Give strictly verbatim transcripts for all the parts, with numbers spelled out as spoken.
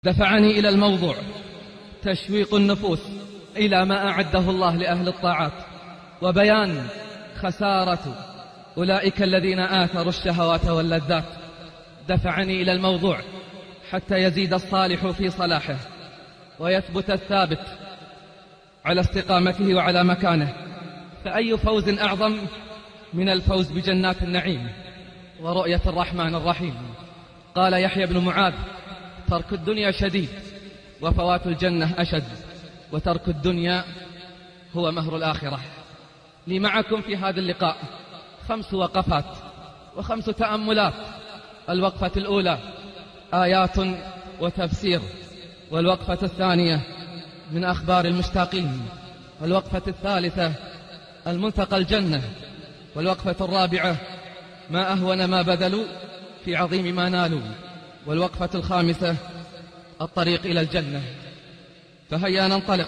دفعني إلى الموضوع تشويق النفوس إلى ما أعده الله لأهل الطاعات، وبيان خسارة أولئك الذين آثروا الشهوات واللذات. دفعني إلى الموضوع حتى يزيد الصالح في صلاحه ويثبت الثابت على استقامته وعلى مكانه. فأي فوز أعظم من الفوز بجنات النعيم ورؤية الرحمن الرحيم؟ قال يحيى بن معاذ: ترك الدنيا شديد وفوات الجنة أشد، وترك الدنيا هو مهر الآخرة. لي معكم في هذا اللقاء خمس وقفات وخمس تأملات. الوقفة الأولى آيات وتفسير، والوقفة الثانية من أخبار المشتاقين، والوقفة الثالثة الملتقى الجنة، والوقفة الرابعة ما أهون ما بذلوا في عظيم ما نالوا، والوقفة الخامسة الطريق إلى الجنة. فهيا ننطلق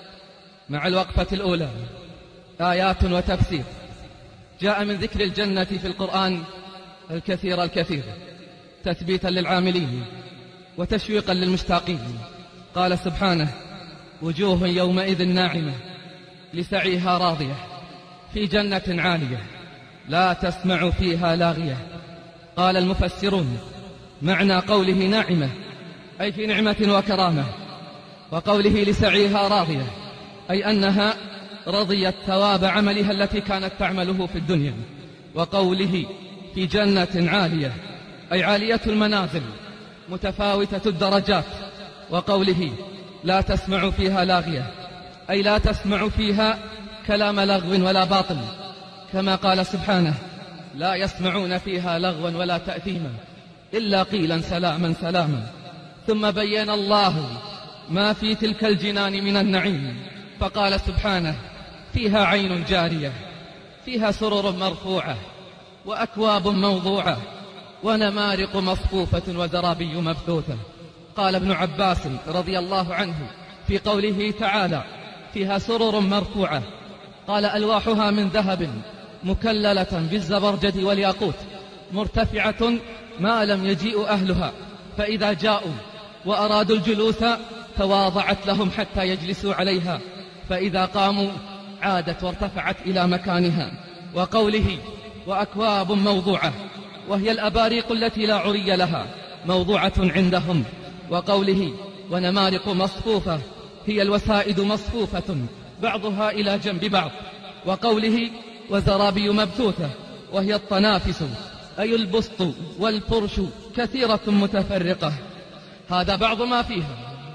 مع الوقفة الأولى، آيات وتفسير. جاء من ذكر الجنة في القرآن الكثير الكثير تثبيتا للعاملين وتشويقا للمشتاقين. قال سبحانه: وجوه يومئذ ناعمة لسعيها راضية في جنة عالية لا تسمع فيها لاغية. قال المفسرون: معنى قوله ناعمة أي في نعمة وكرامة، وقوله لسعيها راضية أي أنها رضيت ثواب عملها التي كانت تعمله في الدنيا. وقوله في جنة عالية أي عالية المنازل متفاوتة الدرجات. وقوله لا تسمع فيها لاغية أي لا تسمع فيها كلام لغو ولا باطل، كما قال سبحانه: لا يسمعون فيها لغوا ولا تأثيما إلا قيلا سلاما سلاما. ثم بين الله ما في تلك الجنان من النعيم فقال سبحانه: فيها عين جارية فيها سرر مرفوعة وأكواب موضوعة ونمارق مصفوفة وزرابي مبثوثة. قال ابن عباس رضي الله عنه في قوله تعالى: فيها سرر مرفوعة، قال: ألواحها من ذهب مكللة بالزبرجد والياقوت مرتفعة ما لم يجيء أهلها، فإذا جاءوا وأرادوا الجلوس تواضعت لهم حتى يجلسوا عليها، فإذا قاموا عادت وارتفعت إلى مكانها. وقوله وأكواب موضوعة وهي الأباريق التي لا عري لها موضوعة عندهم. وقوله ونمارق مصفوفة هي الوسائد مصفوفة بعضها إلى جنب بعض. وقوله وزرابي مبثوثة وهي الطنافس أي البسط والفرش كثيرة متفرقة. هذا بعض ما فيها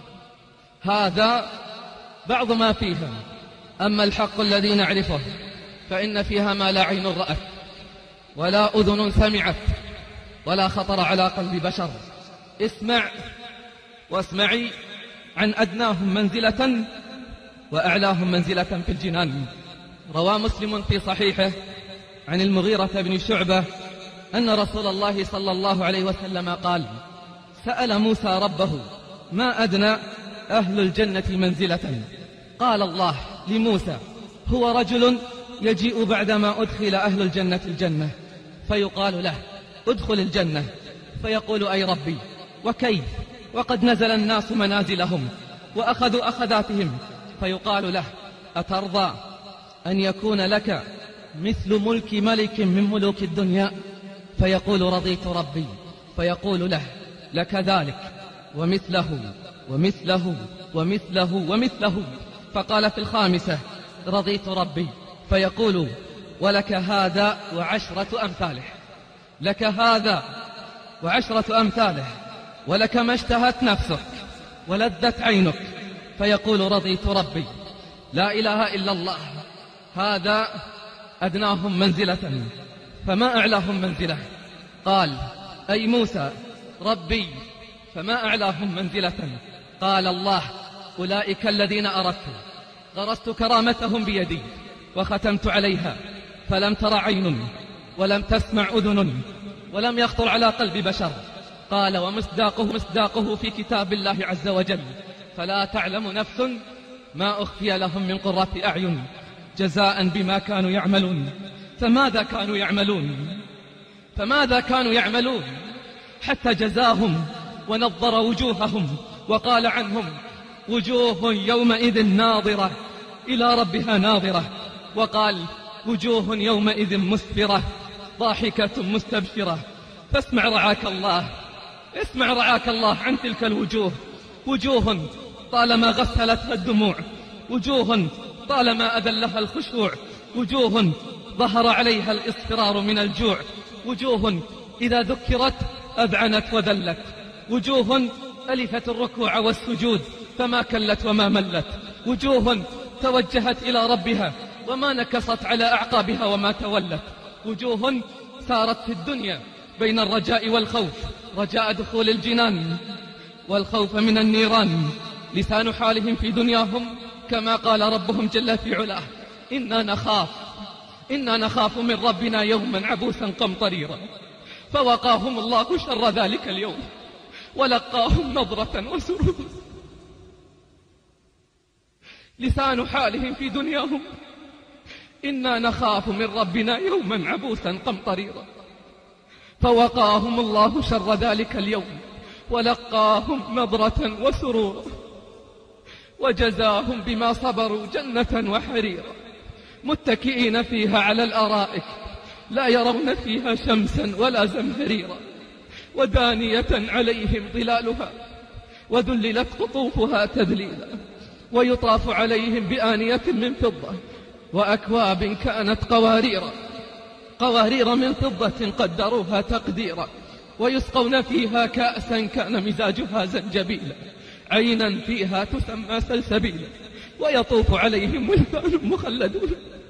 هذا بعض ما فيها أما الحق الذي نعرفه فإن فيها ما لا عين رأت ولا أذن سمعت ولا خطر على قلب بشر. اسمع واسمعي عن أدناهم منزلة وأعلاهم منزلة في الجنان. روى مسلم في صحيحه عن المغيرة بن شعبة أن رسول الله صلى الله عليه وسلم قال: سأل موسى ربه ما أدنى أهل الجنة منزلة؟ قال الله لموسى: هو رجل يجيء بعدما أدخل أهل الجنة الجنة فيقال له: ادخل الجنة، فيقول: أي ربي وكيف وقد نزل الناس منازلهم وأخذوا أخذاتهم؟ فيقال له: أترضى أن يكون لك مثل ملك ملك من ملوك الدنيا؟ فيقول: رضيت ربي. فيقول له: لك ذلك ومثله ومثله ومثله ومثله. فقال في الخامسة: رضيت ربي. فيقول: ولك هذا وعشرة أمثاله، لك هذا وعشرة أمثاله، ولك ما اشتهت نفسك ولذت عينك. فيقول: رضيت ربي. لا إله إلا الله. هذا أدناهم منزلة، فما أعلاهم منزلة؟ قال: أي موسى ربي. فما أعلاهم منزلة؟ قال الله: أولئك الذين أردت غرست كرامتهم بيدي وختمت عليها فلم تر عين ولم تسمع أذن ولم يخطر على قلب بشر. قال: ومصداقه مصداقه في كتاب الله عز وجل: فلا تعلم نفس ما أخفي لهم من قرة أعين جزاء بما كانوا يعملون. فماذا كانوا يعملون فماذا كانوا يعملون حتى جزاهم ونظر وجوههم وقال عنهم: وجوه يومئذ ناظرة إلى ربها ناظرة. وقال: وجوه يومئذ مسفرة ضاحكة مستبشرة. فاسمع رعاك الله، اسمع رعاك الله عن تلك الوجوه. وجوه طالما غسلتها الدموع، وجوه طالما أذلها الخشوع، وجوه ظهر عليها الإصفرار من الجوع، وجوه إذا ذكرت أذعنت وذلت، وجوه ألفت الركوع والسجود فما كلت وما ملت، وجوه توجهت إلى ربها وما نكصت على أعقابها وما تولت، وجوه سارت في الدنيا بين الرجاء والخوف، رجاء دخول الجنان والخوف من النيران. لسان حالهم في دنياهم كما قال ربهم جل في علاه: إنا نخاف إنا نخاف من ربنا يوما عبوسا قمطريرا. فوقاهم الله شر ذلك اليوم ولقاهم نظرة وسرورا. لسان حالهم في دنياهم: إنا نخاف من ربنا يوما عبوسا قمطريرا. فوقاهم الله شر ذلك اليوم ولقاهم نظرة وسرورا، وجزاهم بما صبروا جنة وحريرا، متكئين فيها على الأرائك لا يرون فيها شمسا ولا زمهريرا، ودانية عليهم ظلالها وذللت قطوفها تذليلا، ويطاف عليهم بآنية من فضة وأكواب كانت قواريرا قوارير من فضة قدروها تقديرا، ويسقون فيها كأسا كان مزاجها زنجبيلا، عينا فيها تسمى سلسبيلا، ويطوف عليهم ولدان مخلدون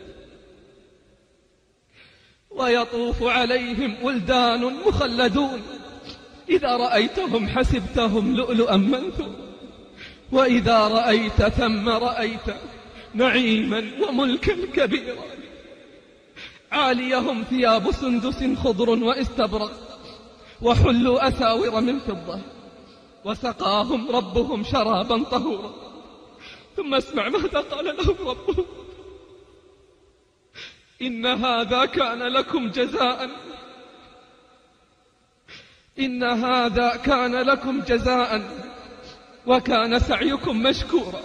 ويطوف عليهم ولدان مخلدون إذا رأيتهم حسبتهم لؤلؤا منثورا، وإذا رأيت ثم رأيت نعيما وملكا كبيرا، عاليهم ثياب سندس خضر واستبرق، وحلوا أساور من فضة، وسقاهم ربهم شرابا طهورا. ثم اسمع ماذا قال لهم ربهم: إن هذا كان لكم جزاء إن هذا كان لكم جزاء وكان سعيكم مشكورا.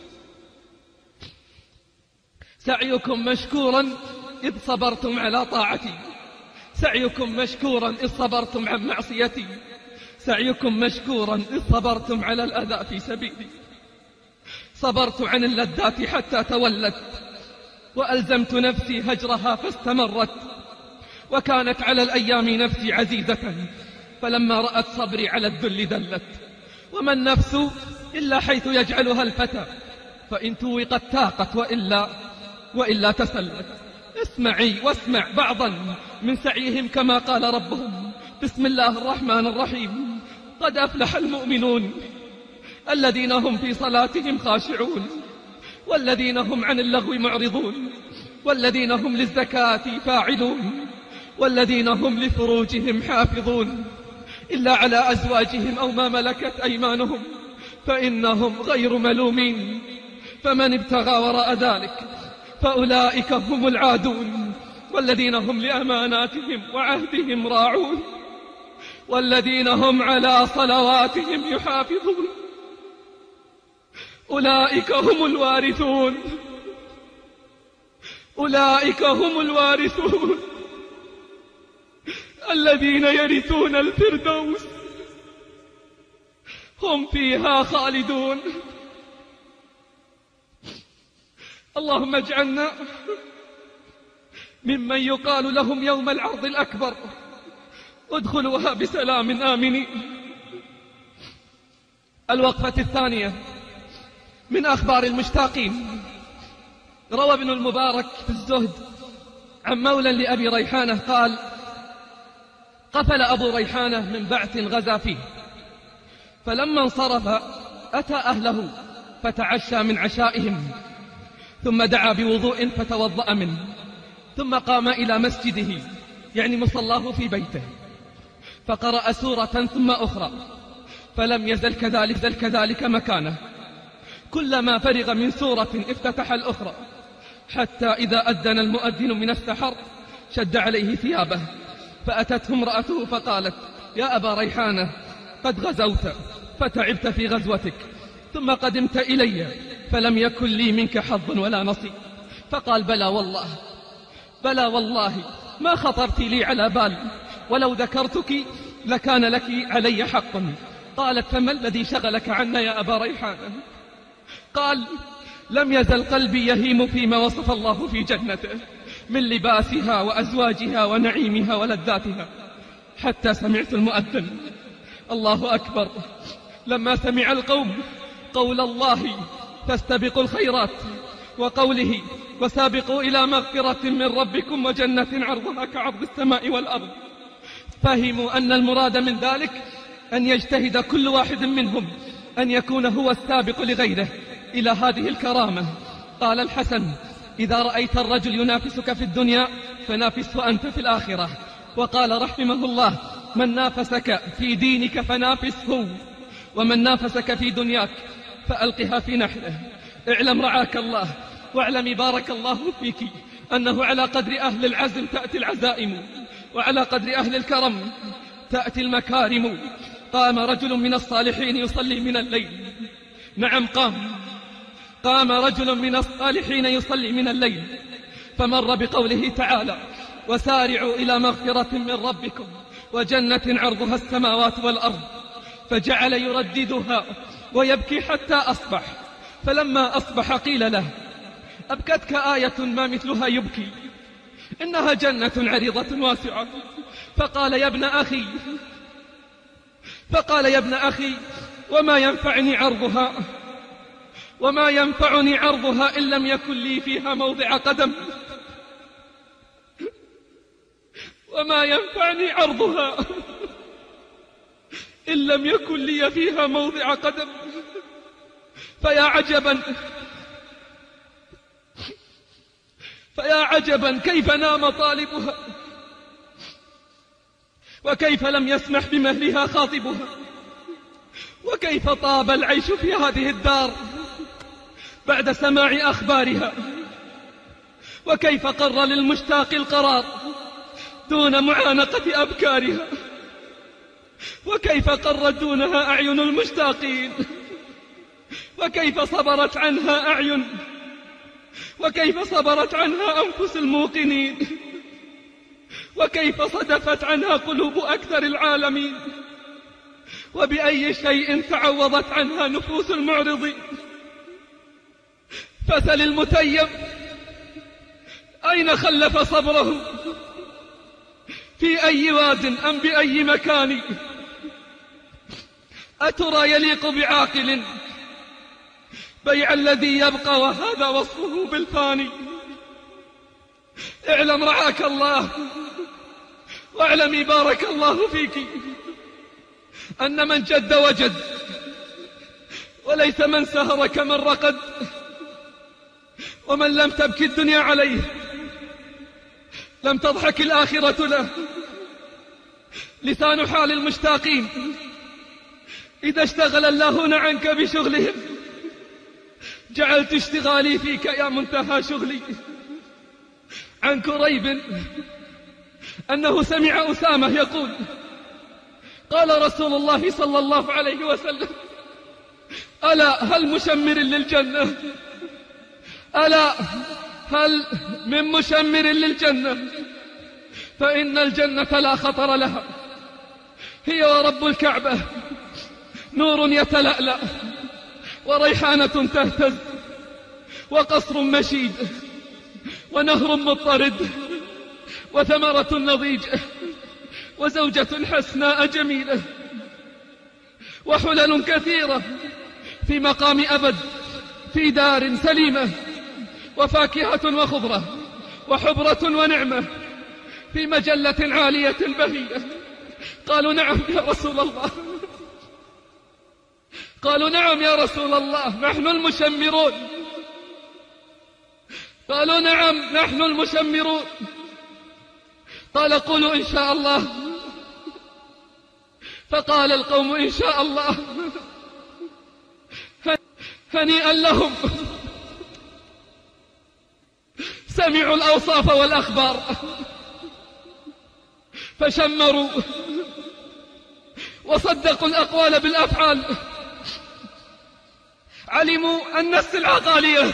سعيكم مشكورا إذ صبرتم على طاعتي، سعيكم مشكورا إذ صبرتم عن معصيتي، سعيكم مشكورا إذ صبرتم على الأذى في سبيلي. صبرت عن اللذات حتى تولت، وألزمت نفسي هجرها فاستمرت، وكانت على الأيام نفسي عزيزة، فلما رأت صبري على الذل ذلت. وما النفس إلا حيث يجعلها الفتى، فإن توقت تاقت وإلا, وإلا تسلت. اسمعي واسمع بعضا من سعيهم كما قال ربهم: بسم الله الرحمن الرحيم: قد أفلح المؤمنون الذين هم في صلاتهم خاشعون، والذين هم عن اللغو معرضون، والذين هم للزكاة فاعلون، والذين هم لفروجهم حافظون، إلا على أزواجهم أو ما ملكت أيمانهم فإنهم غير ملومين. فمن ابتغى وراء ذلك فأولئك هم العادون، والذين هم لأماناتهم وعهدهم راعون، والذين هم على صلواتهم يحافظون، أولئك هم الوارثون أولئك هم الوارثون الذين يرثون الفردوس هم فيها خالدون. اللهم اجعلنا ممن يقال لهم يوم العرض الأكبر: ادخلوها بسلام آمنين. الوقفة الثانية من أخبار المشتاقين. روى ابن المبارك في الزهد عن مولى لأبي ريحانة قال: قفل أبو ريحانة من بعث غزا فيه، فلما انصرف أتى أهله فتعشى من عشائهم، ثم دعا بوضوء فتوضأ منه، ثم قام إلى مسجده يعني مصلاه في بيته، فقرأ سورة ثم أخرى، فلم يزل كذلك زل كذلك مكانه، كلما فرغ من سورة افتتح الأخرى، حتى إذا أذن المؤذن من السحر شد عليه ثيابه، فأتته امرأته فقالت: يا أبا ريحانة قد غزوت، فتعبت في غزوتك، ثم قدمت إلي فلم يكن لي منك حظ ولا نصيب. فقال بلى والله، بلى والله ما خطرت لي على بال، ولو ذكرتك لكان لك علي حق. قالت فما الذي شغلك عنا يا أبا ريحانة؟ قال لم يزل قلبي يهيم فيما وصف الله في جنته من لباسها وأزواجها ونعيمها ولذاتها، حتى سمعت المؤذن الله أكبر. لما سمع القوم قول الله فاستبقوا الخيرات وقوله وسابقوا إلى مغفرة من ربكم وجنة عرضها كعرض السماء والأرض، فهموا أن المراد من ذلك أن يجتهد كل واحد منهم أن يكون هو السابق لغيره إلى هذه الكرامة. قال الحسن إذا رأيت الرجل ينافسك في الدنيا فنافسه أنت في الآخرة. وقال رحمه الله من نافسك في دينك فنافسه، ومن نافسك في دنياك فألقها في نحره. اعلم رعاك الله واعلم بارك الله فيك أنه على قدر أهل العزم تأتي العزائم، وعلى قدر أهل الكرم تأتي المكارم. قام رجل من الصالحين يصلي من الليل، نعم قام قام رجل من الصالحين يصلي من الليل، فمر بقوله تعالى وسارعوا إلى مغفرة من ربكم وجنة عرضها السماوات والأرض، فجعل يرددها ويبكي حتى أصبح. فلما أصبح قيل له أبكتك آية ما مثلها يبكي، إنها جنة عريضة واسعة. فقال يا ابن أخي فقال يا ابن أخي وما ينفعني عرضها وما ينفعني عرضها إن لم يكن لي فيها موضع قدم، وما ينفعني عرضها إن لم يكن لي فيها موضع قدم. فيا عجبا فيا عجبا كيف نام طالبها، وكيف لم يسمح بمهلها خاطبها، وكيف طاب العيش في هذه الدار بعد سماع أخبارها، وكيف قر للمشتاق القرار دون معانقة أبكارها، وكيف قرت دونها أعين المشتاقين، وكيف صبرت عنها أعين، وكيف صبرت عنها أنفس الموقنين، وكيف صدفت عنها قلوب أكثر العالمين، وبأي شيء تعوضت عنها نفوس المعرضين. فسل المتيم أين خلف صبره، في أي واد أم بأي مكان، أترى يليق بعاقل بيع الذي يبقى وهذا وصفه بالفاني. اعلم رعاك الله واعلمي بارك الله فيك أن من جد وجد، وليس من سهر كمن رقد، ومن لم تبكي الدنيا عليه لم تضحك الآخرة له. لسان حال المشتاقين إذا اشتغل اللهون عنك بشغلهم جعلت اشتغالي فيك يا منتهى شغلي. عن كريب أنه سمع أسامة يقول قال رسول الله صلى الله عليه وسلم ألا هل مشمر للجنة، ألا هل من مشمر للجنة، فإن الجنة لا خطر لها، هي ورب الكعبة نور يتلألأ، وريحانة تهتز، وقصر مشيد، ونهر مضطرد، وثمرة نضيجة، وزوجة حسناء جميلة، وحلل كثيرة في مقام أبد، في دار سليمة، وفاكهة وخضرة، وحبرة ونعمة، في مجلة عالية بهية. قالوا نعم يا رسول الله، قالوا نعم يا رسول الله نحن المشمرون، قالوا نعم نحن المشمرون. قال قولوا إن شاء الله، فقال القوم إن شاء الله. هنيئا لهم، سمعوا الأوصاف والأخبار فشمروا وصدقوا الأقوال بالأفعال. علموا أن السلعة غالية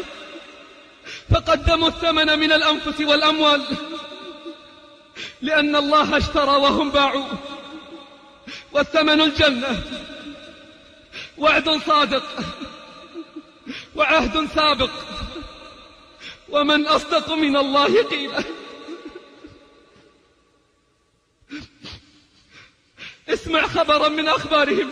فقدموا الثمن من الأنفس والأموال، لأن الله اشترى وهم باعوا، والثمن الجنة، وعد صادق وعهد سابق، ومن أصدق من الله قيلا. اسمع خبرا من أخبارهم.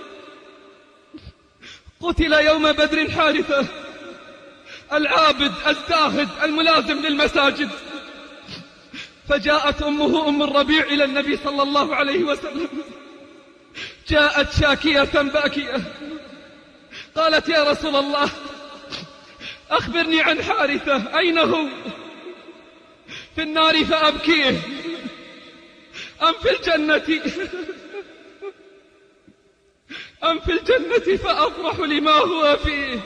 قتل يوم بدر حارثة العابد الزاهد الملازم للمساجد، فجاءت أمه أم الربيع إلى النبي صلى الله عليه وسلم، جاءت شاكية باكية، قالت: يا رسول الله، أخبرني عن حارثة، أين هو؟ في النار فأبكيه أم في الجنة أم في الجنة فأفرح لما هو فيه؟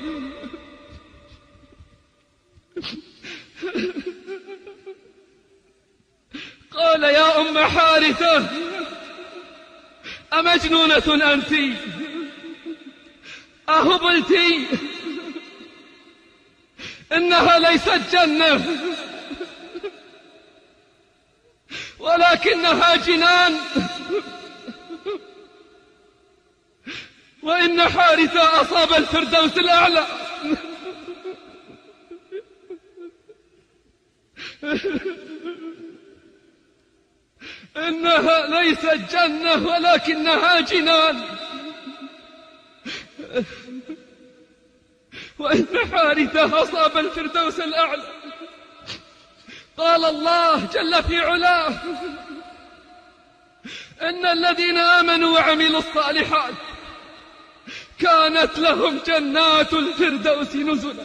قال: يا أم حارثة، أمجنونة أنت؟ أهبلت؟ إنها ليست جنة ولكنها جنان، وإن حارثة أصاب الفردوس الأعلى. إنها ليست جنة ولكنها جنان، وإن حارثة أصاب الفردوس الأعلى. قال الله جل في علاه: إن الذين آمنوا وعملوا الصالحات كانت لهم جنات الفردوس نزلا.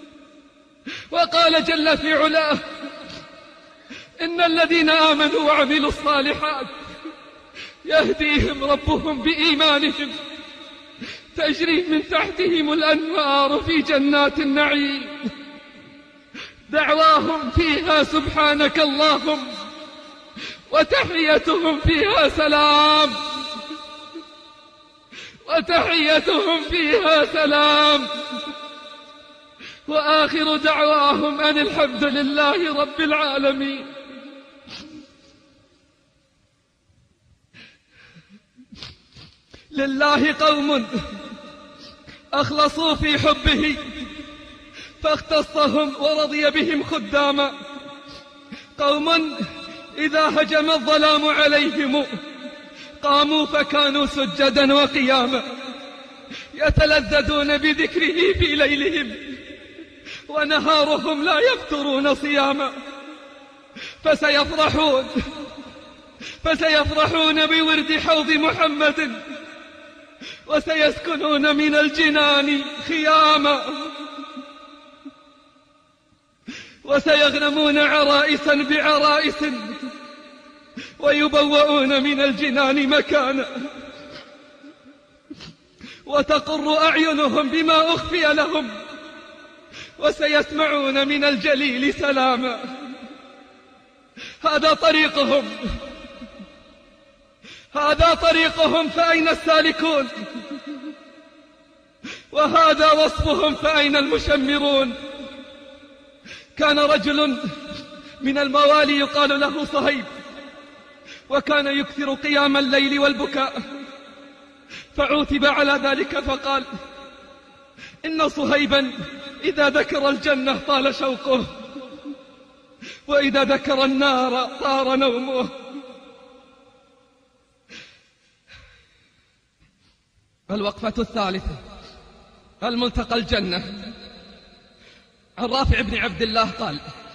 وقال جل في علاه: إن الذين آمنوا وعملوا الصالحات يهديهم ربهم بإيمانهم تجري من تحتهم الأنهار في جنات النعيم، دعواهم فيها سبحانك اللهم وتحيتهم فيها سلام وتحيتهم فيها سلام وآخر دعواهم أن الحمد لله رب العالمين. لله قوم أخلصوا في حبه فاختصهم ورضي بهم خداما، قوم إذا هجم الظلام عليهم قاموا فكانوا سجدا وقياما، يتلذذون بذكره في ليلهم ونهارهم لا يفترون صياما، فسيفرحون فسيفرحون بورد حوض محمد وسيسكنون من الجنان خياما، وسيغنمون عرائسا بعرائس ويبوؤون من الجنان مكانا، وتقر أعينهم بما أخفي لهم وسيسمعون من الجليل سلاما. هذا طريقهم هذا طريقهم فأين السالكون؟ وهذا وصفهم فأين المشمرون؟ كان رجل من الموالي يقال له صهيب، وكان يكثر قيام الليل والبكاء، فعوتب على ذلك فقال: إن صهيبا إذا ذكر الجنة طال شوقه، وإذا ذكر النار طار نومه. الوقفة الثالثة، الملتقى الجنة. عن رافع بن عبد الله قال: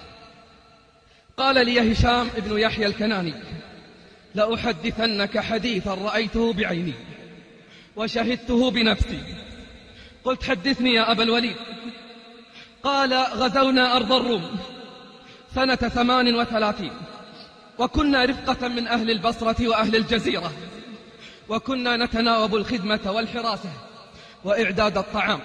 قال لي هشام بن يحيى الكناني: لأحدثنك حديثا رأيته بعيني وشهدته بنفسي. قلت: حدثني يا أبا الوليد. قال: غزونا أرض الروم سنة ثمان وثلاثين، وكنا رفقة من أهل البصرة وأهل الجزيرة، وكنا نتناوب الخدمة والحراسة وإعداد الطعام.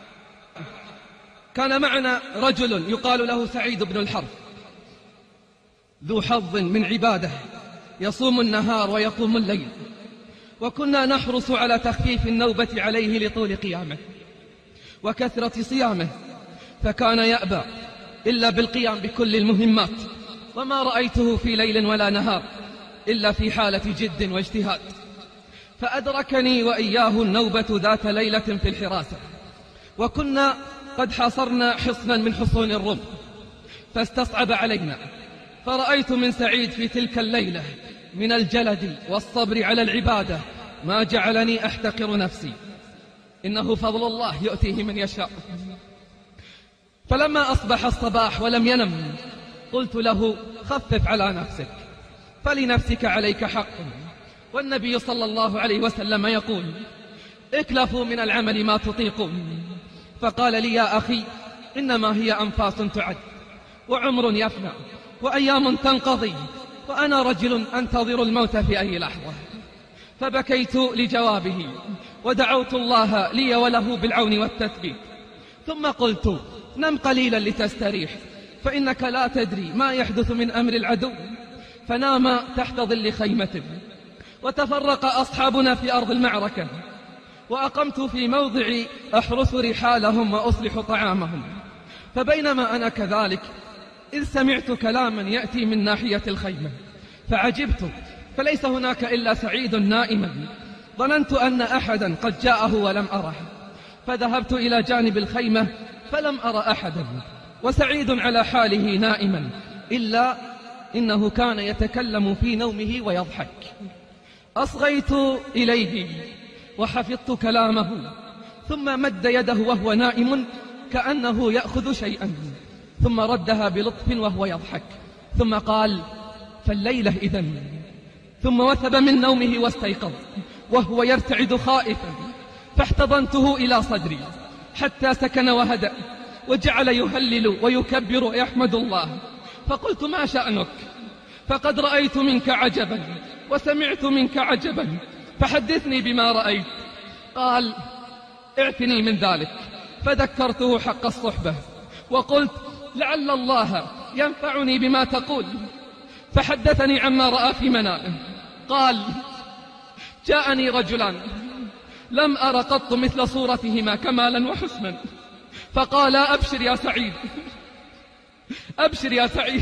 كان معنا رجل يقال له سعيد بن الحرث، ذو حظ من عباده، يصوم النهار ويقوم الليل، وكنا نحرص على تخفيف النوبة عليه لطول قيامه. وكثرة صيامه، فكان يأبى إلا بالقيام بكل المهمات، وما رأيته في ليل ولا نهار إلا في حالة جد واجتهاد. فأدركني وإياه النوبة ذات ليلة في الحراسة، وكنا قد حاصرنا حصنا من حصون الروم، فاستصعب علينا، فرأيت من سعيد في تلك الليلة من الجلد والصبر على العبادة ما جعلني أحتقر نفسي، إنه فضل الله يؤتيه من يشاء. فلما أصبح الصباح ولم ينم قلت له: خفف على نفسك، فلنفسك عليك حق، والنبي صلى الله عليه وسلم يقول: اكلفوا من العمل ما تطيقون. فقال لي: يا أخي، إنما هي أنفاس تعد، وعمر يفنى، وأيام تنقضي، وأنا رجل أنتظر الموت في أي لحظة. فبكيت لجوابه، ودعوت الله لي وله بالعون والتثبيت، ثم قلت: نم قليلا لتستريح، فإنك لا تدري ما يحدث من أمر العدو. فنام تحت ظل خيمته، وتفرق أصحابنا في أرض المعركة، وأقمت في موضع أحرس رحالهم وأصلح طعامهم. فبينما أنا كذلك إذ سمعت كلاما يأتي من ناحية الخيمة، فعجبت، فليس هناك إلا سعيد نائما. ظننت أن أحدا قد جاءه ولم أره، فذهبت إلى جانب الخيمة فلم أر أحدا، وسعيد على حاله نائما، إلا إنه كان يتكلم في نومه ويضحك. أصغيت إليه وحفظت كلامه، ثم مد يده وهو نائم كأنه يأخذ شيئا، ثم ردها بلطف وهو يضحك، ثم قال: فالليلة إذن. ثم وثب من نومه واستيقظ وهو يرتعد خائفا، فاحتضنته إلى صدري حتى سكن وهدأ، وجعل يهلل ويكبر ويحمد الله. فقلت: ما شأنك؟ فقد رأيت منك عجبا وسمعت منك عجبا، فحدثني بما رأيت. قال: اعتني من ذلك. فذكرته حق الصحبة، وقلت: لعل الله ينفعني بما تقول. فحدثني عما رأى في منامه. قال: جاءني رجلان لم أر قط مثل صورتهما كمالا وحسنا، فقال: أبشر يا سعيد، أبشر يا سعيد،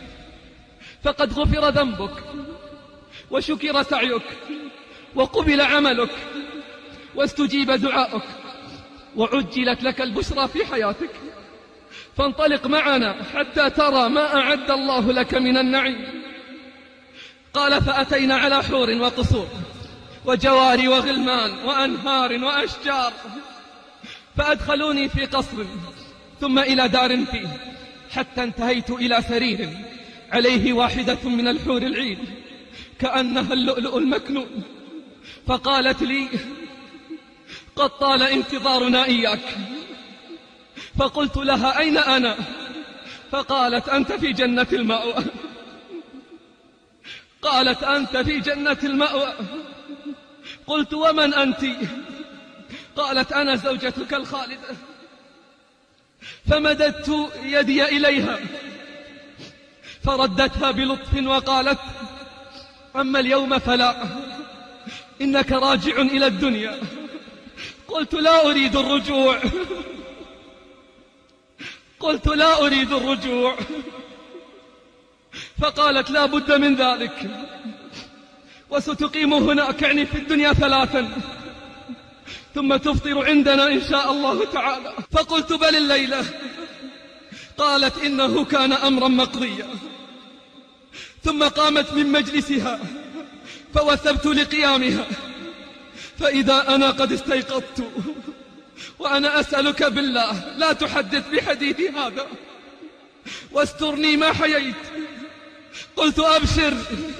فقد غفر ذنبك، وشكر سعيك، وقبل عملك، واستجيب دعاؤك، وعجلت لك البشرى في حياتك، فانطلق معنا حتى ترى ما أعد الله لك من النعيم. قال: فأتينا على حور وقصور وجواري وغلمان وأنهار وأشجار، فأدخلوني في قصر، ثم إلى دار فيه، حتى انتهيت إلى سرير عليه واحدة من الحور العين كأنها اللؤلؤ المكنون. فقالت لي: قد طال انتظارنا إياك. فقلت لها: أين أنا؟ فقالت: أنت في جنة المأوى. قالت: أنت في جنة المأوى. قلت: ومن أنت؟ قالت: أنا زوجتك الخالدة. فمددت يدي إليها، فردتها بلطف وقالت: أما اليوم فلا، إنك راجع إلى الدنيا. قلت: لا أريد الرجوع، قلت: لا أريد الرجوع. فقالت: لا بد من ذلك، وستقيم هناك يعني في الدنيا ثلاثا، ثم تفطر عندنا إن شاء الله تعالى. فقلت: بل الليلة. قالت: إنه كان أمرا مقضيا. ثم قامت من مجلسها، فوثبت لقيامها، فإذا أنا قد استيقظت، وأنا أسألك بالله لا تحدث بحديثي هذا، واسترني ما حييت. قلت: أبشر،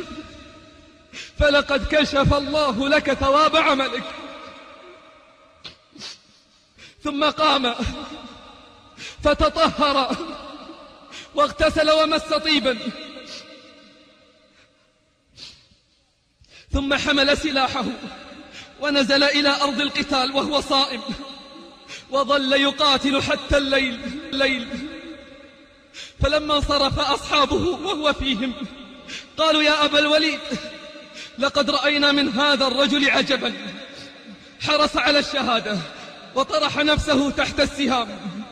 فلقد كشف الله لك ثواب عملك. ثم قام فتطهر واغتسل ومس طيبا، ثم حمل سلاحه ونزل إلى أرض القتال وهو صائم، وظل يقاتل حتى الليل الليل. فلما انصرف أصحابه وهو فيهم قالوا: يا أبا الوليد، لقد رأينا من هذا الرجل عجبا، حرص على الشهادة وطرح نفسه تحت السهام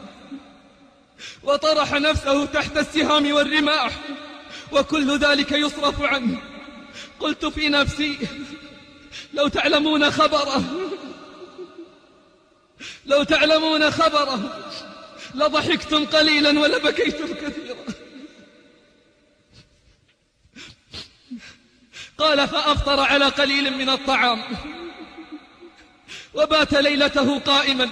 وطرح نفسه تحت السهام والرماح، وكل ذلك يصرف عنه. قلت في نفسي لو تعلمون خبره لو تعلمون خبره لضحكتم قليلا ولبكيتم كثيرا. قال فأفطر على قليل من الطعام وبات ليلته قائما،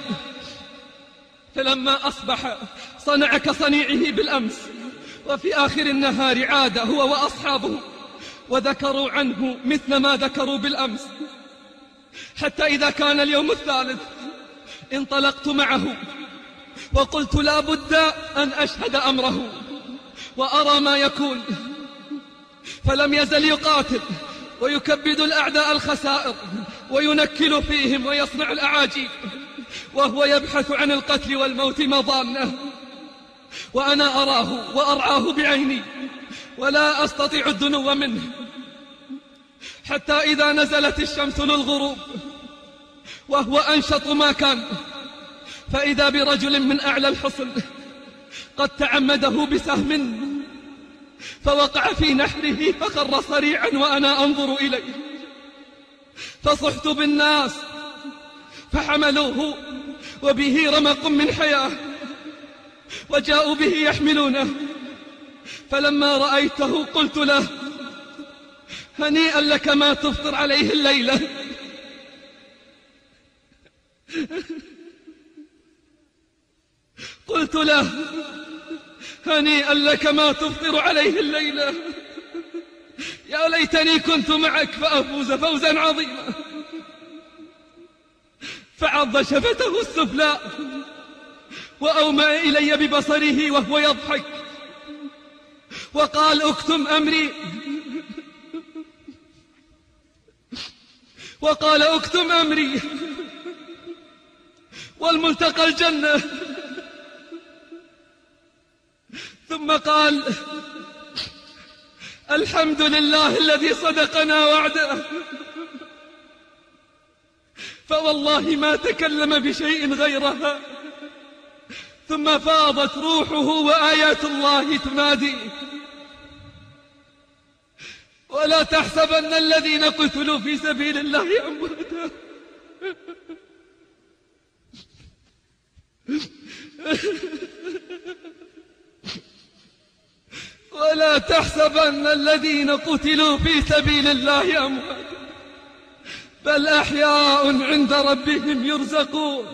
فلما أصبح صنع كصنيعه بالأمس، وفي آخر النهار عاد هو وأصحابه وذكروا عنه مثل ما ذكروا بالأمس، حتى إذا كان اليوم الثالث انطلقت معه وقلت لا بد أن أشهد أمره وأرى ما يكون. فلم يزل يقاتل ويكبد الأعداء الخسائر وينكل فيهم ويصنع الأعاجيب، وهو يبحث عن القتل والموت مضانه، وأنا أراه وأرعاه بعيني ولا أستطيع الدنو منه، حتى إذا نزلت الشمس للغروب وهو أنشط ما كان، فإذا برجل من أعلى الحصن قد تعمده بسهم فوقع في نحره فخر صريعا وأنا أنظر إليه، فصحت بالناس فحملوه وبه رمق من حياة وجاءوا به يحملونه. فلما رأيته قلت له هنيئا لك ما تفطر عليه الليلة. قلت له هنيئا لك ما تفطر عليه الليلة، يا ليتني كنت معك فأفوز فوزا عظيما. فعض شفته السفلى وأومأ إلي ببصره وهو يضحك وقال اكتم أمري وقال اكتم أمري والملتقى الجنة. ثم قال الحمد لله الذي صدقنا وعده، فوالله ما تكلم بشيء غيرها. ثم فاضت روحه وآيات الله تنادي ولا تحسبن الذين قتلوا في سبيل الله أمواتا ولا تحسبن الذين قتلوا في سبيل الله أمواتا بل أحياء عند ربهم يرزقون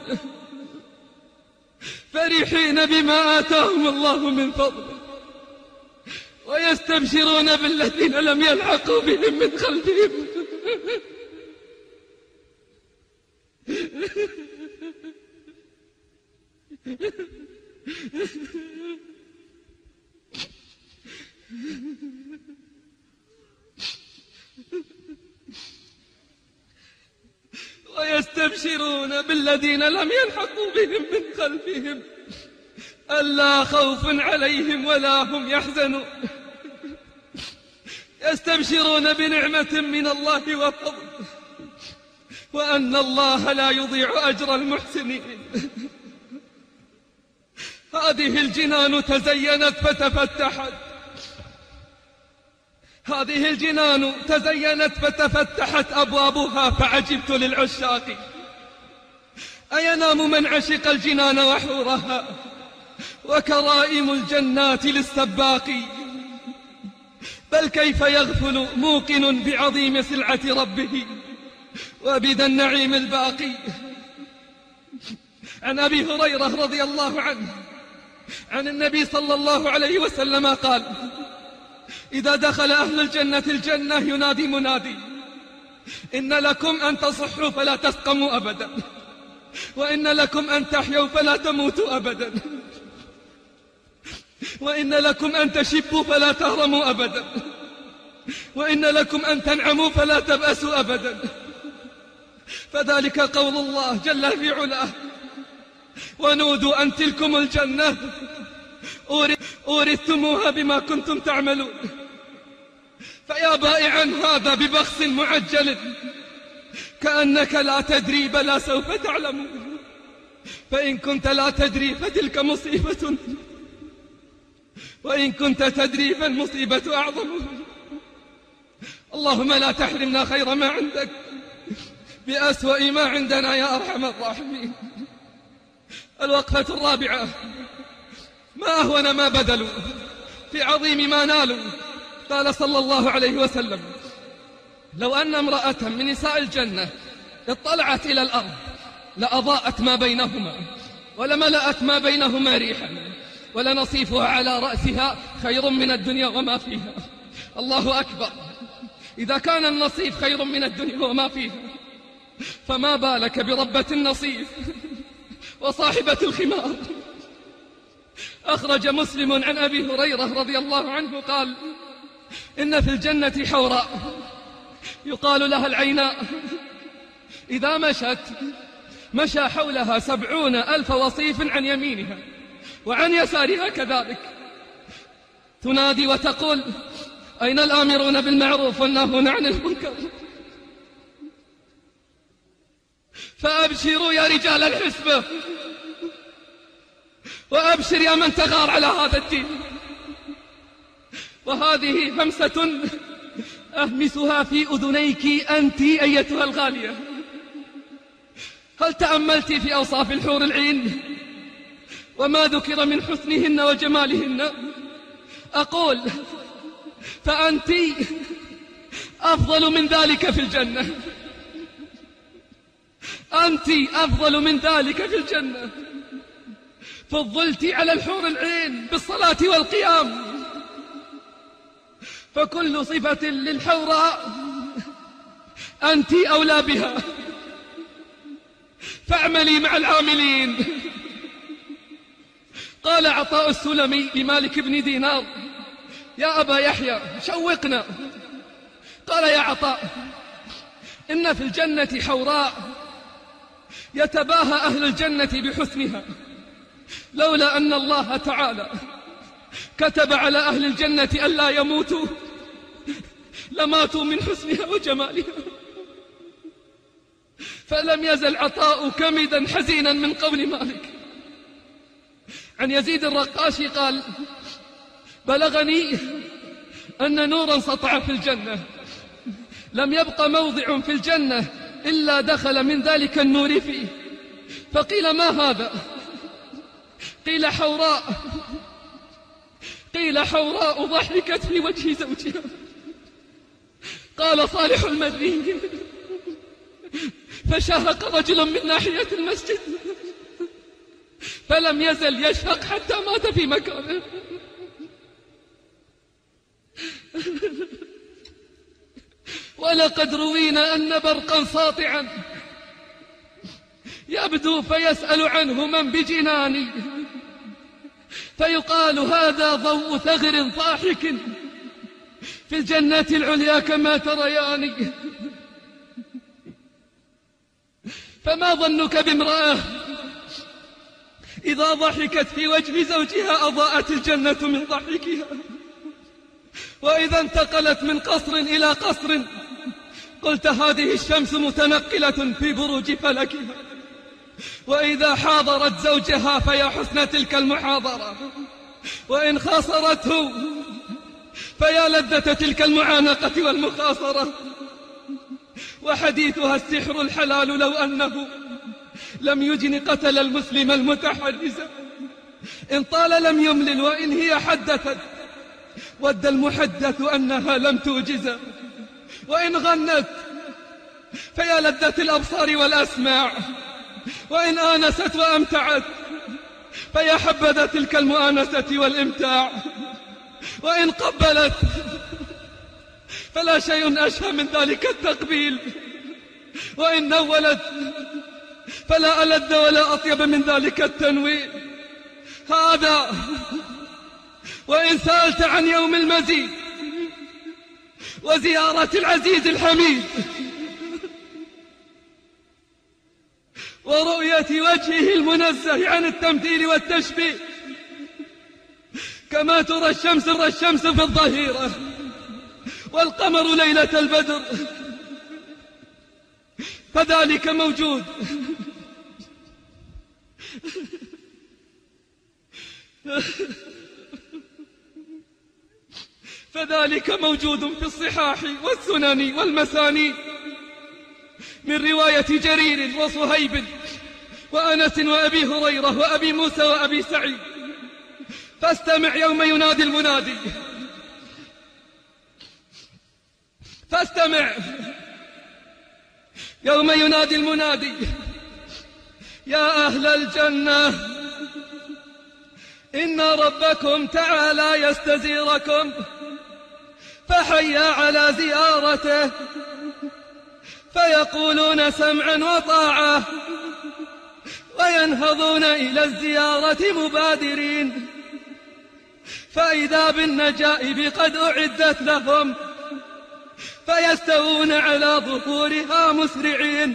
فرحين بما آتاهم الله من فضله ويستبشرون بالذين لم يلحقوا بهم من خلفهم ويستبشرون بالذين لم يلحقوا بهم من خلفهم ألا خوف عليهم ولا هم يحزنون يستبشرون بنعمة من الله وفضل وأن الله لا يضيع أجر المحسنين. هذه الجنان تزينت فتفتحت هذه الجنان تزينت فتفتحت أبوابها فعجبت للعشاق أينام من عشق الجنان وحورها وكرائم الجنات للسباق بل كيف يغفل موقن بعظيم سلعة ربه وبذا النعيم الباقي. عن أبي هريرة رضي الله عنه عن النبي صلى الله عليه وسلم قال إذا دخل أهل الجنة الجنة ينادي منادي إن لكم أن تصحوا فلا تسقموا أبدا وإن لكم أن تحيوا فلا تموتوا أبدا وإن لكم أن تشبوا فلا تهرموا أبدا وإن لكم أن تنعموا فلا تبأسوا أبدا. فذلك قول الله جل في علاه ونودوا أن تلكم الجنة أورثتموها بما كنتم تعملون. فيا بائعا هذا ببخس معجل كأنك لا تدري بلا سوف تعلمون. فإن كنت لا تدري فتلك مصيبة، وإن كنت تدري فالمصيبة أعظم. اللهم لا تحرمنا خير ما عندك بأسوأ ما عندنا يا أرحم الراحمين. الوقفة الرابعة: ما أهون ما بذلوا في عظيم ما نالوا. قال صلى الله عليه وسلم: لو أن امرأة من نساء الجنة اطلعت إلى الأرض لأضاءت ما بينهما ولملأت ما بينهما ريحا ولنصيفها على رأسها خير من الدنيا وما فيها. الله أكبر! إذا كان النصيف خير من الدنيا وما فيها، فما بالك بربة النصيف وصاحبة الخمار. أخرج مسلم عن أبي هريرة رضي الله عنه قال: إن في الجنة حوراء يقال لها العيناء، إذا مشت مشى حولها سبعون ألف وصيف عن يمينها وعن يسارها كذلك، تنادي وتقول: أين الآمرون بالمعروف والناهون عن المنكر؟ فأبشروا يا رجال الحسبة، وأبشر يا من تغار على هذا الدين. وهذه خمسة أهمسها في أذنيك أنت أيتها الغالية. هل تأملت في أوصاف الحور العين وما ذكر من حسنهن وجمالهن؟ أقول فأنت أفضل من ذلك في الجنة، أنت أفضل من ذلك في الجنة. فضلت على الحور العين بالصلاة والقيام، فكل صفة للحوراء أنت أولى بها، فاعملي مع العاملين. قال عطاء السلمي لمالك بن دينار: يا أبا يحيى شوقنا. قال: يا عطاء، إن في الجنة حوراء يتباهى أهل الجنة بحسنها، لولا أن الله تعالى كتب على أهل الجنة ألا يموتوا لماتوا من حسنها وجمالها. فلم يزل عطاء كمدا حزينا من قول مالك. عن يزيد الرقاشي قال: بلغني أن نورا سطع في الجنة، لم يبق موضع في الجنة إلا دخل من ذلك النور فيه. فقيل: ما هذا؟ قيل: حوراء. قيل: حوراء ضحكت في وجه زوجها. قال صالح المدني: فشهق رجل من ناحية المسجد فلم يزل يشهق حتى مات في مكانه. ولقد روينا أن برقا ساطعا يبدو فيسأل عنه من بجناني، فيقال: هذا ضوء ثغر ضاحك في الجنة العليا كما ترياني. فما ظنك بامرأة إذا ضحكت في وجه زوجها أضاءت الجنة من ضحكها، وإذا انتقلت من قصر إلى قصر قلت هذه الشمس متنقلة في بروج فلكها، وإذا حاضرت زوجها فيا حسن تلك المحاضرة، وإن خاصرته فيا لذة تلك المعانقة والمخاصرة. وحديثها السحر الحلال لو أنه لم يجن قتل المسلم المتحرز، إن طال لم يملل وإن هي حدثت ود المحدث أنها لم توجز، وإن غنت فيا لذة الأبصار والأسماع، وإن آنست وأمتعت فيا حبذا تلك المؤانسة والإمتاع، وإن قبلت فلا شيء أشهى من ذلك التقبيل، وإن نولت فلا ألذ ولا أطيب من ذلك التنوير. هذا وإن سألت عن يوم المزيد وزيارة العزيز الحميد ورؤية وجهه المنزه عن التمثيل والتشبيه، كما ترى الشمس ترى الشمس في الظهيرة والقمر ليلة البدر، فذلك موجود. فذلك موجود في الصحاح والسنن والمسانيد من رواية جرير وصهيب وأنس وأبي هريرة وأبي موسى وأبي سعيد. فاستمع يوم ينادي المنادي، فاستمع يوم ينادي المنادي: يا أهل الجنة إن ربكم تعالى يستزيركم، فحيا على زيارته، فيقولون سمعا وطاعة، وينهضون إلى الزيارة مبادرين، فإذا بالنجائب قد أعدت لهم، فيستوون على ظهورها مسرعين،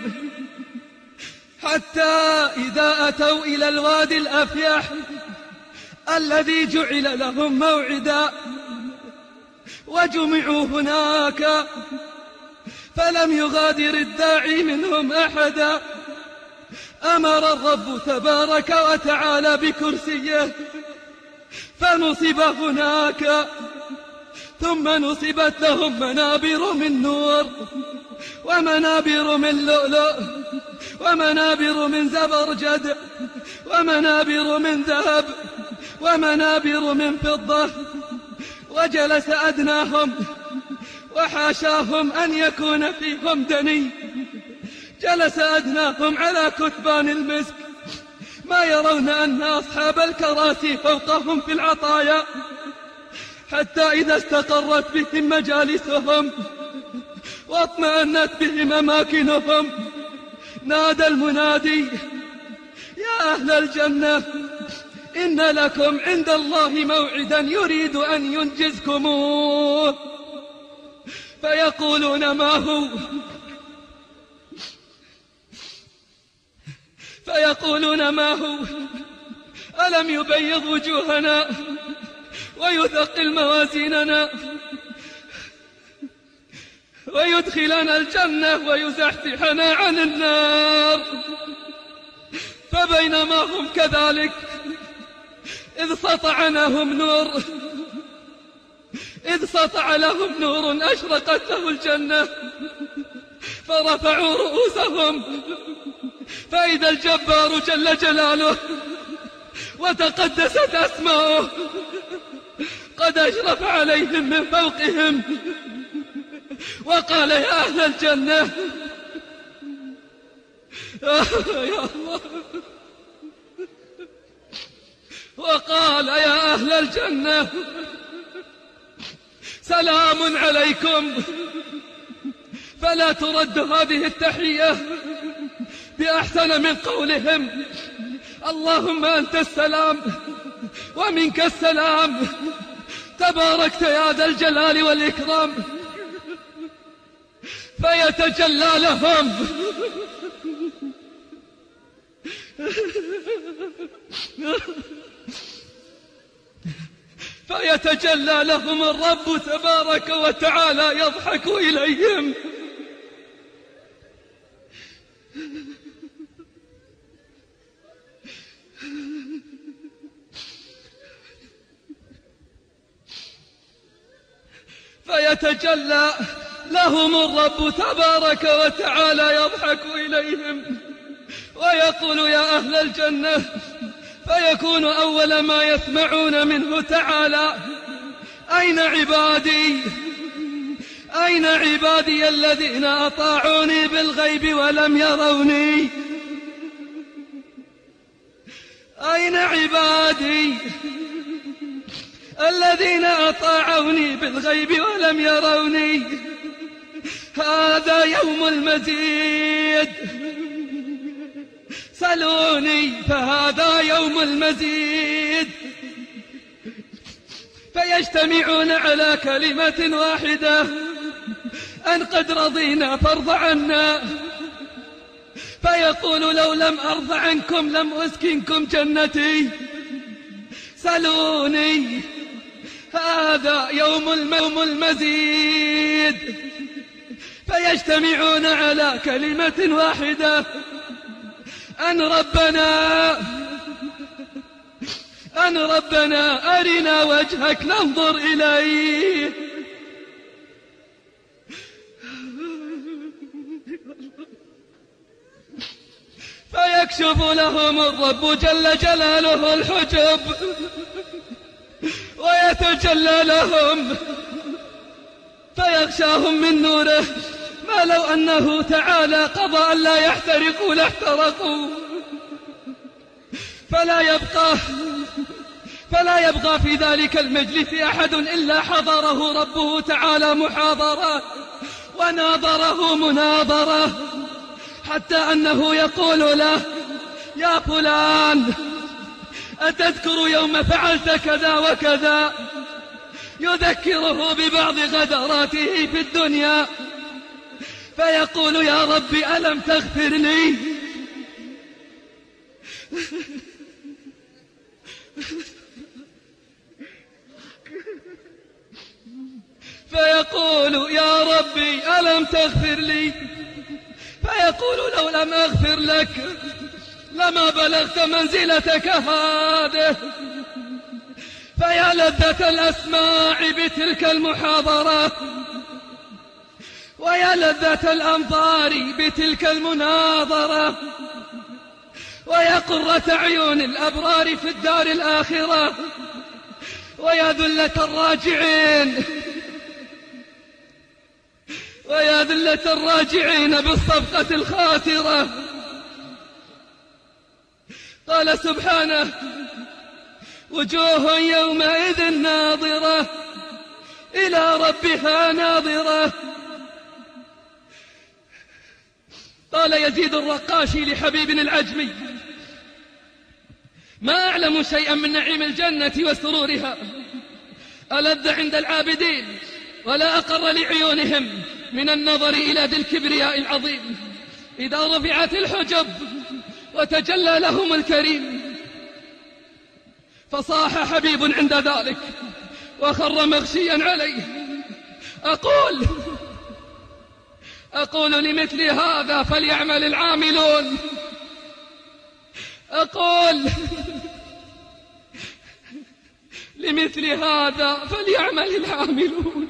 حتى إذا أتوا إلى الوادي الأفيح الذي جعل لهم موعدا وجمعوا هناك، فلم يغادر الداعي منهم أحدا، أمر الرب تبارك وتعالى بكرسيه فنصب هناك، ثم نصبت لهم منابر من نور، ومنابر من لؤلؤ، ومنابر من زبرجد، ومنابر من ذهب، ومنابر من فضة. وجلس أدناهم، وحاشاهم أن يكون فيهم دني، جلس أدناهم على كثبان المسك، ما يرون أن أصحاب الكراسي فوقهم في العطايا، حتى إذا استقرت بهم مجالسهم واطمأنت بهم أماكنهم، نادى المنادي: يا أهل الجنة إن لكم عند الله موعدا يريد أن ينجزكموه. فيقولون: ما هو؟ فيقولون: ما هو؟ ألم يبيض وجوهنا ويثقل موازيننا ويدخلنا الجنة ويزحزحنا عن النار؟ فبينما هم كذلك إذ سطع لهم نور إذ سطع لهم نور أشرقت له الجنة، فرفعوا رؤوسهم فإذا الجبار جل جلاله وتقدست أسماؤه قد أشرف عليهم من فوقهم، وقال: يا أهل الجنة يا الله وقال: يا أهل الجنة سلام عليكم. فلا ترد هذه التحية بأحسن من قولهم: اللهم أنت السلام ومنك السلام، تباركت يا ذا الجلال والإكرام. فيتجلى لهم فيتجلى لهم الرب تبارك وتعالى يضحك إليهم، فيتجلى لهم الرب تبارك وتعالى يضحك إليهم ويقول: يا أهل الجنة. فيكون أول ما يسمعون منه تعالى: أين عبادي؟ أين عبادي الذين أطاعوني بالغيب ولم يروني؟ أين عبادي الذين أطاعوني بالغيب ولم يروني؟ هذا يوم المزيد، سلوني فهذا يوم المزيد. فيجتمعون على كلمة واحدة: أن قد رضينا فارض عنا. فيقول: لو لم أرض عنكم لم أسكنكم جنتي، سلوني هذا يوم المزيد. فيجتمعون على كلمة واحدة: أن ربنا ربنا أرنا وجهك ننظر إليه. فيكشف لهم الرب جل جلاله الحجب ويتجلى لهم فيغشاهم من نوره ما لو أنه تعالى قضى أن لا يحترقوا لاحترقوا. فلا يبقى فلا يبقى في ذلك المجلس أحد إلا حضره ربه تعالى محاضرة وناظره مناظرة، حتى أنه يقول له: يا فلان أتذكر يوم فعلت كذا وكذا؟ يذكره ببعض غدراته في الدنيا، فيقول: يا رب ألم تغفر لي؟ فيقول: يا ربي ألم تغفر لي؟ فيقول: لو لم أغفر لك لما بلغت منزلتك هذه. فيا لذة الأسماع بتلك المحاضرة، ويا لذة الأنظار بتلك المناظرة، ويا قرة عيون الأبرار في الدار الآخرة، ويا ذلة الراجعين ويا ذلة الراجعين بالصفقة الخاسرة. قال سبحانه: وجوه يومئذ ناظرة إلى ربها ناظرة. قال يزيد الرقاشي لحبيب العجمي: ما أعلم شيئا من نعيم الجنة وسرورها ألذ عند العابدين ولا أقر لعيونهم من النظر إلى ذي الكبرياء العظيم إذا رفعت الحجب وتجلى لهم الكريم. فصاح حبيب عند ذلك وخر مغشيا عليه: أقول أقول لمثل هذا فليعمل العاملون. أقول لمثل هذا فليعمل العاملون.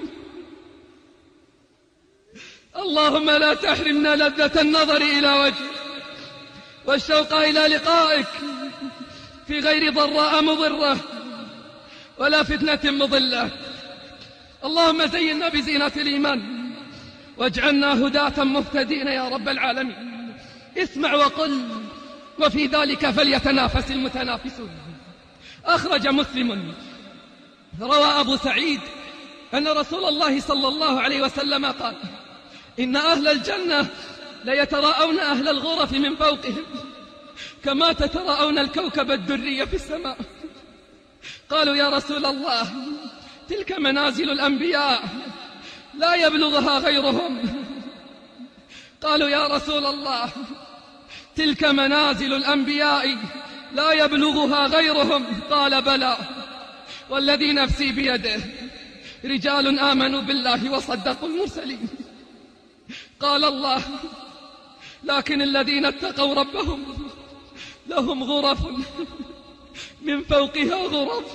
اللهم لا تحرمنا لذة النظر إلى وجهك والشوق إلى لقائك في غير ضراء مضرة ولا فتنة مضلة. اللهم زينا بزينة الإيمان واجعلنا هداة مهتدين يا رب العالمين. اسمع وقل: وفي ذلك فليتنافس المتنافسون. أخرج مسلم روى أبو سعيد أن رسول الله صلى الله عليه وسلم قال: إن أهل الجنة ليتراءون أهل الغرف من فوقهم كما تتراءون الكوكب الدري في السماء. قالوا: يا رسول الله، تلك منازل الأنبياء لا يبلغها غيرهم. قالوا: يا رسول الله، تلك منازل الأنبياء لا يبلغها غيرهم. قال: بلى، والذي نفسي بيده، رجال آمنوا بالله وصدقوا المرسلين. قال الله: لكن الذين اتقوا ربهم لهم غرف من فوقها غرف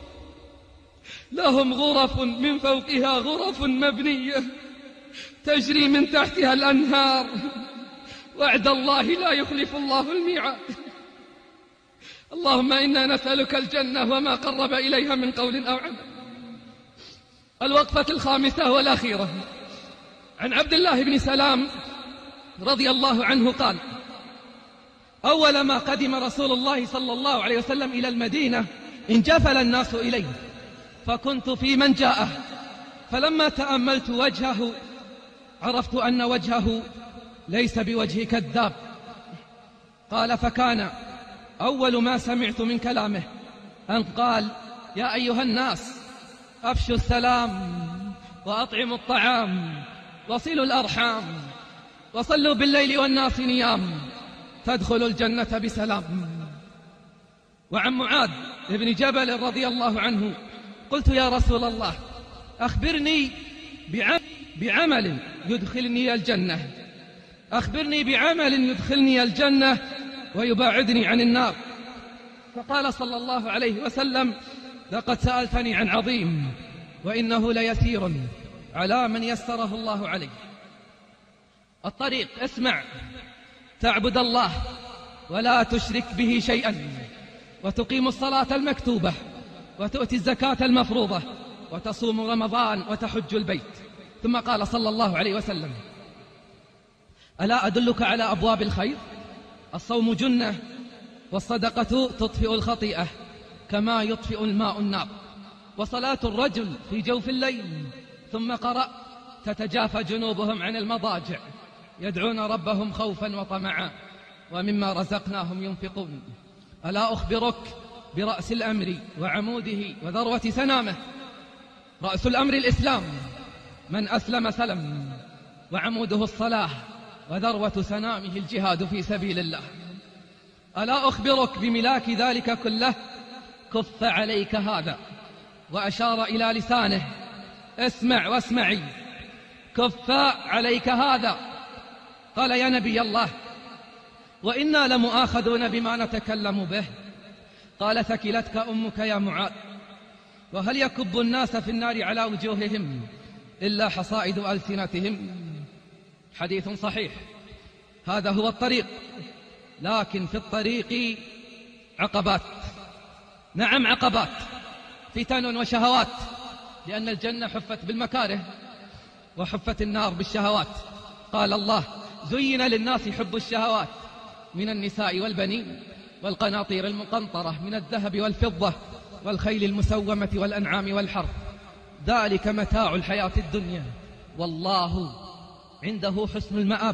لهم غرف من فوقها غرف مبنية تجري من تحتها الأنهار. وعد الله لا يخلف الله الميعاد. اللهم إنا نسألك الجنة وما قرب إليها من قول أو عمل. الوقفة الخامسة والأخيرة عن عبد الله بن سلام رضي الله عنه قال: أول ما قدم رسول الله صلى الله عليه وسلم إلى المدينة انجفل الناس إليه، فكنت في من جاءه، فلما تأملت وجهه عرفت أن وجهه ليس بوجه كذاب. قال: فكان أول ما سمعت من كلامه أن قال: يا أيها الناس، أفشوا السلام وأطعموا الطعام وصلوا الأرحام وصلوا بالليل والناس نيام تدخلوا الجنة بسلام. وعن معاذ بن جبل رضي الله عنه قلت: يا رسول الله، أخبرني بعمل يدخلني الجنة أخبرني بعمل يدخلني الجنة ويباعدني عن النار. فقال صلى الله عليه وسلم: لقد سألتني عن عظيم وإنه ليسير على من يسره الله عليه. الطريق، اسمع: تعبد الله ولا تشرك به شيئا، وتقيم الصلاة المكتوبة، وتؤتي الزكاة المفروضة، وتصوم رمضان، وتحج البيت. ثم قال صلى الله عليه وسلم: ألا أدلك على أبواب الخير؟ الصوم جنة، والصدقة تطفئ الخطيئة كما يطفئ الماء النار، وصلاة الرجل في جوف الليل. ثم قرأ: تتجافى جنوبهم عن المضاجع يدعون ربهم خوفا وطمعا ومما رزقناهم ينفقون. ألا أخبرك برأس الأمر وعموده وذروة سنامه؟ رأس الأمر الإسلام، من أسلم سلم، وعموده الصلاة، وذروة سنامه الجهاد في سبيل الله. ألا أخبرك بملاك ذلك كله؟ كف عليك هذا، وأشار إلى لسانه: اسمع واسمعي، كف عليك هذا. قال: يا نبي الله، وإنا لمؤاخذون بما نتكلم به. قال: ثكلتك أمك يا معاذ، وهل يكب الناس في النار على وجوههم إلا حصائد ألسنتهم؟ حديث صحيح. هذا هو الطريق، لكن في الطريق عقبات. نعم، عقبات، فتن وشهوات، لأن الجنة حفت بالمكاره وحفت النار بالشهوات. قال الله: زين للناس حب الشهوات من النساء والبنين والقناطير المقنطرة من الذهب والفضة والخيل المسومة والأنعام والحرث، ذلك متاع الحياة الدنيا، والله عنده حسن المآب.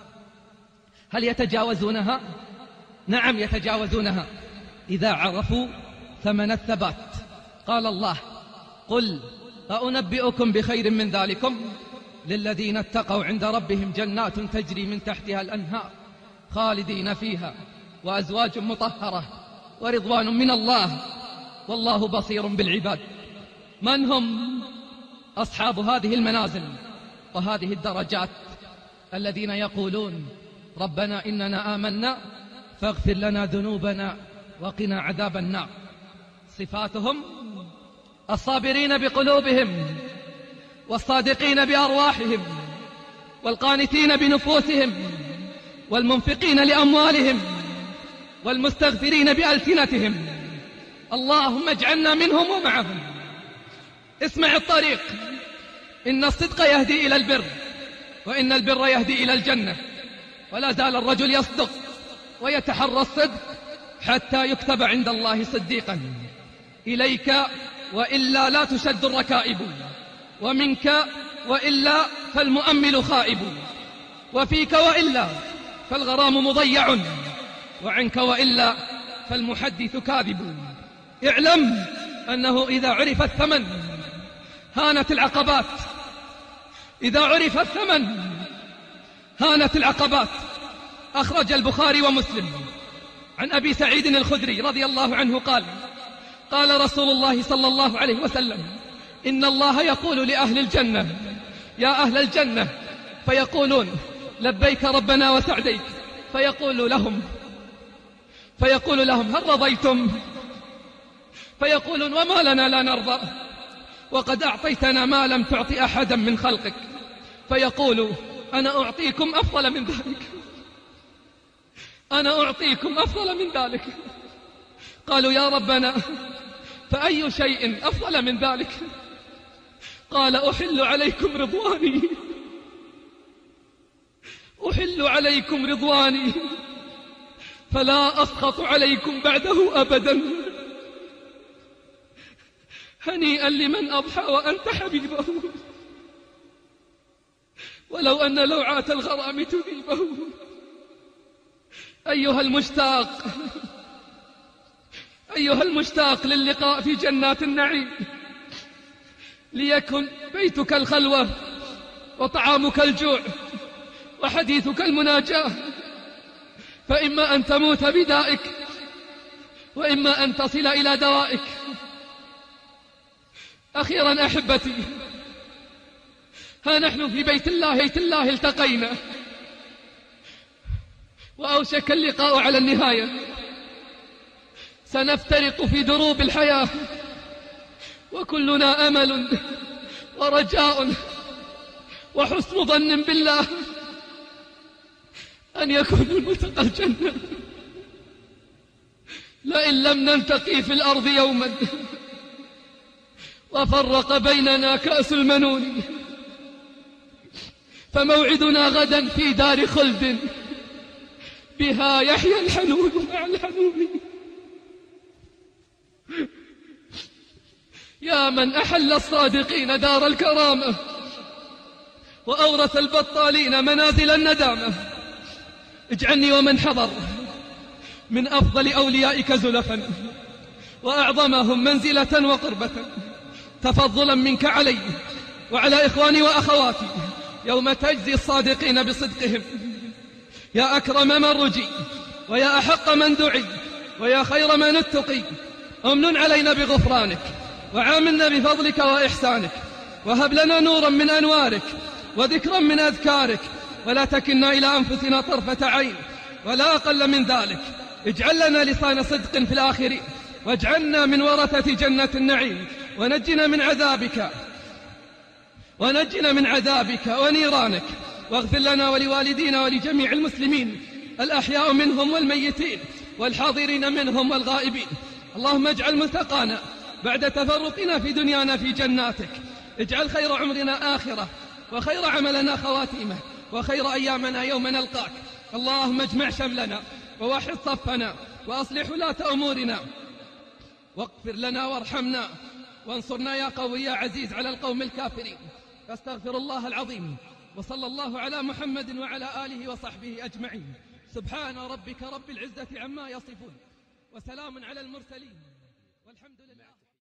هل يتجاوزونها؟ نعم، يتجاوزونها إذا عرفوا ثمن الثبات. قال الله: قل أنبئكم بخير من ذلكم للذين اتقوا عند ربهم جنات تجري من تحتها الأنهار خالدين فيها، وأزواج مطهرة، ورضوان من الله، والله بصير بالعباد. من هم أصحاب هذه المنازل وهذه الدرجات؟ الذين يقولون: ربنا إننا آمنا فاغفر لنا ذنوبنا وقنا عذاب النار. صفاتهم: الصابرين بقلوبهم، والصادقين بأرواحهم، والقانتين بنفوسهم، والمنفقين لأموالهم، والمستغفرين بألسنتهم. اللهم اجعلنا منهم ومعهم. اسمع الطريق: إن الصدق يهدي إلى البر، وإن البر يهدي إلى الجنة، ولا زال الرجل يصدق ويتحرى الصدق حتى يكتب عند الله صديقا. إليك وإلا لا تشد الركائب، ومنك وإلا فالمؤمل خائب، وفيك وإلا فالغرام مضيع، وعنك وإلا فالمحدث كاذب. اعلم أنه إذا عرف الثمن هانت العقبات، إذا عرف الثمن هانت العقبات. أخرج البخاري ومسلم عن أبي سعيد الخدري رضي الله عنه قال: قال رسول الله صلى الله عليه وسلم: إن الله يقول لأهل الجنة: يا أهل الجنة، فيقولون: لبيك ربنا وسعديك. فيقول لهم فيقول لهم: هل رضيتم؟ فيقولون: وما لنا لا نرضى، وقد أعطيتنا ما لم تعط أحدا من خلقك. فيقول: أنا أعطيكم أفضل من ذلك، أنا أعطيكم أفضل من ذلك. قالوا: يا ربنا، فأي شيء أفضل من ذلك؟ قال: أحل عليكم رضواني، أحل عليكم رضواني، فلا أسخط عليكم بعده أبدا. هنيئا لمن أضحى وأنت حبيبه، ولو أن لوعات الغرام تذيبه. أيها المشتاق، أيها المشتاق للقاء في جنات النعيم، ليكن بيتك الخلوة، وطعامك الجوع، وحديثك المناجاة. فإما أن تموت بدائك، وإما أن تصل إلى دوائك. أخيرا أحبتي، ها نحن في بيت الله، بيت الله التقينا، وأوشك اللقاء على النهاية. سنفترق في دروب الحياة، وكلنا أمل ورجاء وحسن ظن بالله أن يكون الملتقى الجنة. لئن لم نلتقي في الأرض يوما وفرق بيننا كأس المنون، فموعدنا غدا في دار خلد بها يحيى الحنون مع الحنون. يا من أحل الصادقين دار الكرامة وأورث البطالين منازل الندامة، اجعلني ومن حضر من أفضل أوليائك زلفا وأعظمهم منزلة وقربة، تفضلا منك علي وعلى إخواني وأخواتي يوم تجزي الصادقين بصدقهم. يا أكرم من رجي ويا أحق من دعي ويا خير من اتقي، أمن علينا بغفرانك وعاملنا بفضلك وإحسانك، وهب لنا نورا من أنوارك وذكرا من أذكارك، ولا تكلنا إلى أنفسنا طرفة عين ولا أقل من ذلك. اجعل لنا لسان صدق في الآخرين، واجعلنا من ورثة جنة النعيم، ونجنا من عذابك ونجنا من عذابك ونيرانك، واغفر لنا ولوالدينا ولجميع المسلمين الأحياء منهم والميتين والحاضرين منهم والغائبين. اللهم اجعل ملتقانا بعد تفرقنا في دنيانا في جناتك، اجعل خير عمرنا آخرة، وخير عملنا خواتيمه، وخير أيامنا يوم نلقاك. اللهم اجمع شملنا ووحد صفنا وأصلح ولاة أمورنا، واغفر لنا وارحمنا وانصرنا يا قوي يا عزيز على القوم الكافرين. فاستغفر الله العظيم، وصلى الله على محمد وعلى آله وصحبه أجمعين. سبحان ربك رب العزة عما يصفون، وسلام على المرسلين، والحمد لله.